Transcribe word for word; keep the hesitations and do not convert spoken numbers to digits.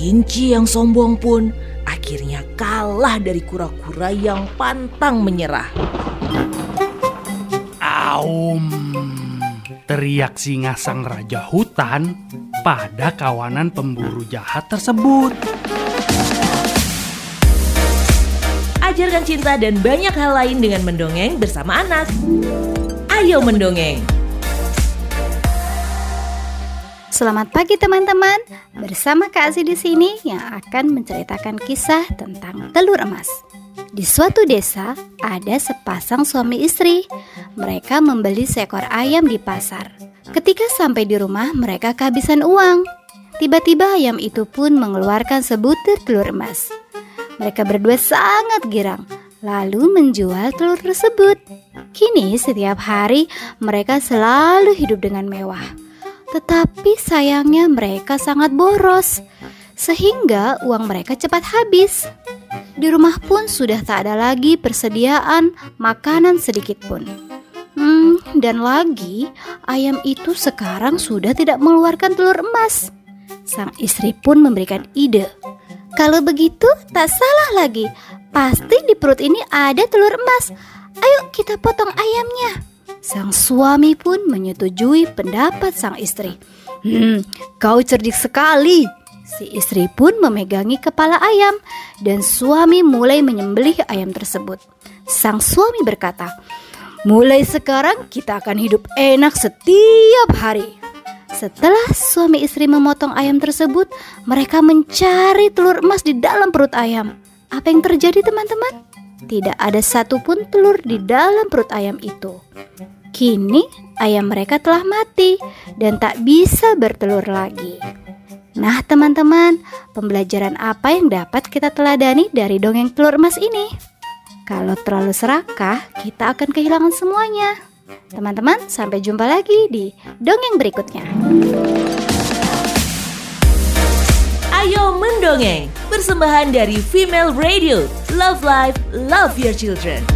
Kelinci yang sombong pun akhirnya kalah dari kura-kura yang pantang menyerah. Aum, teriak singa sang raja hutan pada kawanan pemburu jahat tersebut. Ajarkan cinta dan banyak hal lain dengan mendongeng bersama anak. Ayo mendongeng. Selamat pagi teman-teman. Bersama Kak Aziz di sini yang akan menceritakan kisah tentang telur emas. Di suatu desa ada sepasang suami istri. Mereka membeli seekor ayam di pasar. Ketika sampai di rumah, mereka kehabisan uang. Tiba-tiba ayam itu pun mengeluarkan sebutir telur emas. Mereka berdua sangat girang, lalu menjual telur tersebut. Kini setiap hari mereka selalu hidup dengan mewah. Tetapi sayangnya mereka sangat boros, sehingga uang mereka cepat habis. Di rumah pun sudah tak ada lagi persediaan makanan sedikit pun. Hmm, dan lagi ayam itu sekarang sudah tidak mengeluarkan telur emas. Sang istri pun memberikan ide. Kalau begitu tak salah lagi. Pasti di perut ini ada telur emas. Ayo kita potong ayamnya. Sang suami pun menyetujui pendapat sang istri. Hmm, kau cerdik sekali. Si istri pun memegangi kepala ayam dan suami mulai menyembelih ayam tersebut. Sang suami berkata, mulai sekarang kita akan hidup enak setiap hari. Setelah suami istri memotong ayam tersebut, mereka mencari telur emas di dalam perut ayam. Apa yang terjadi teman-teman? Tidak ada satupun telur di dalam perut ayam itu. Kini ayam mereka telah mati dan tak bisa bertelur lagi. Nah teman-teman, pembelajaran apa yang dapat kita teladani dari dongeng telur emas ini? Kalau terlalu serakah, kita akan kehilangan semuanya. Teman-teman, sampai jumpa lagi di dongeng berikutnya. Ayo mendongeng, persembahan dari Female Radio. Love Life, Love Your Children.